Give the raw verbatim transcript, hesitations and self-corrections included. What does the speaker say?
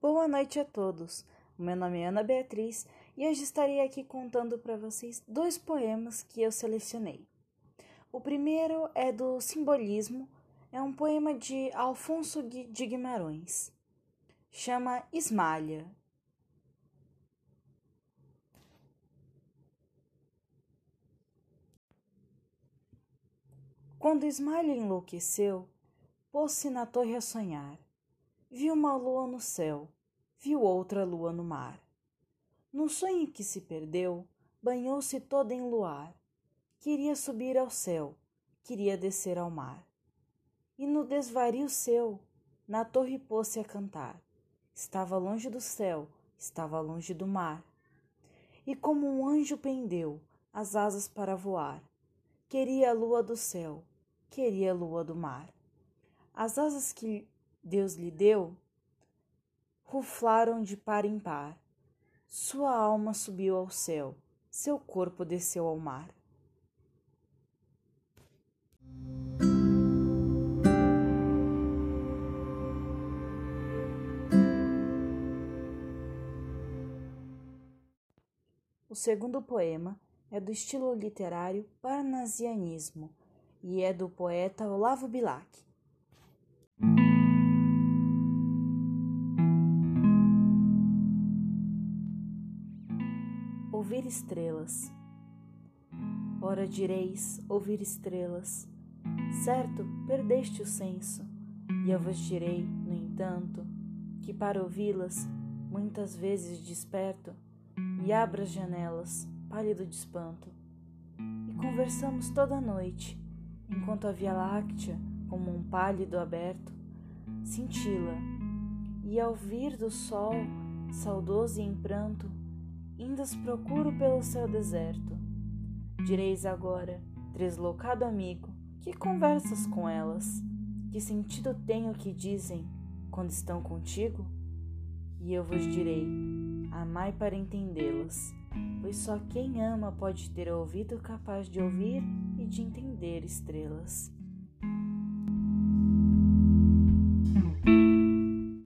Boa noite a todos. O meu nome é Ana Beatriz e hoje estarei aqui contando para vocês dois poemas que eu selecionei. O primeiro é do Simbolismo, é um poema de Afonso de Guimarães. Chama Esmalha. Quando Esmalha enlouqueceu, pôs-se na torre a sonhar. Viu uma lua no céu, viu outra lua no mar. No sonho que se perdeu, banhou-se toda em luar. Queria subir ao céu, queria descer ao mar. E no desvario seu, na torre pôs-se a cantar. Estava longe do céu, estava longe do mar. E como um anjo pendeu as asas para voar. Queria a lua do céu, queria a lua do mar. As asas que Deus lhe deu ruflaram de par em par. Sua alma subiu ao céu, seu corpo desceu ao mar. O segundo poema é do estilo literário parnasianismo e é do poeta Olavo Bilac. Ouvir estrelas. Ora direis, ouvir estrelas, certo, perdeste o senso, e eu vos direi, no entanto, que para ouvi-las, muitas vezes desperto, e abro as janelas, pálido de espanto, e conversamos toda a noite, enquanto a Via Láctea, como um pálido aberto, cintila, e ao vir do sol, saudoso e em pranto, indas procuro pelo céu deserto. Direis agora, deslocado amigo, que conversas com elas? Que sentido tem o que dizem quando estão contigo? E eu vos direi, amai para entendê-las, pois só quem ama pode ter ouvido capaz de ouvir e de entender estrelas.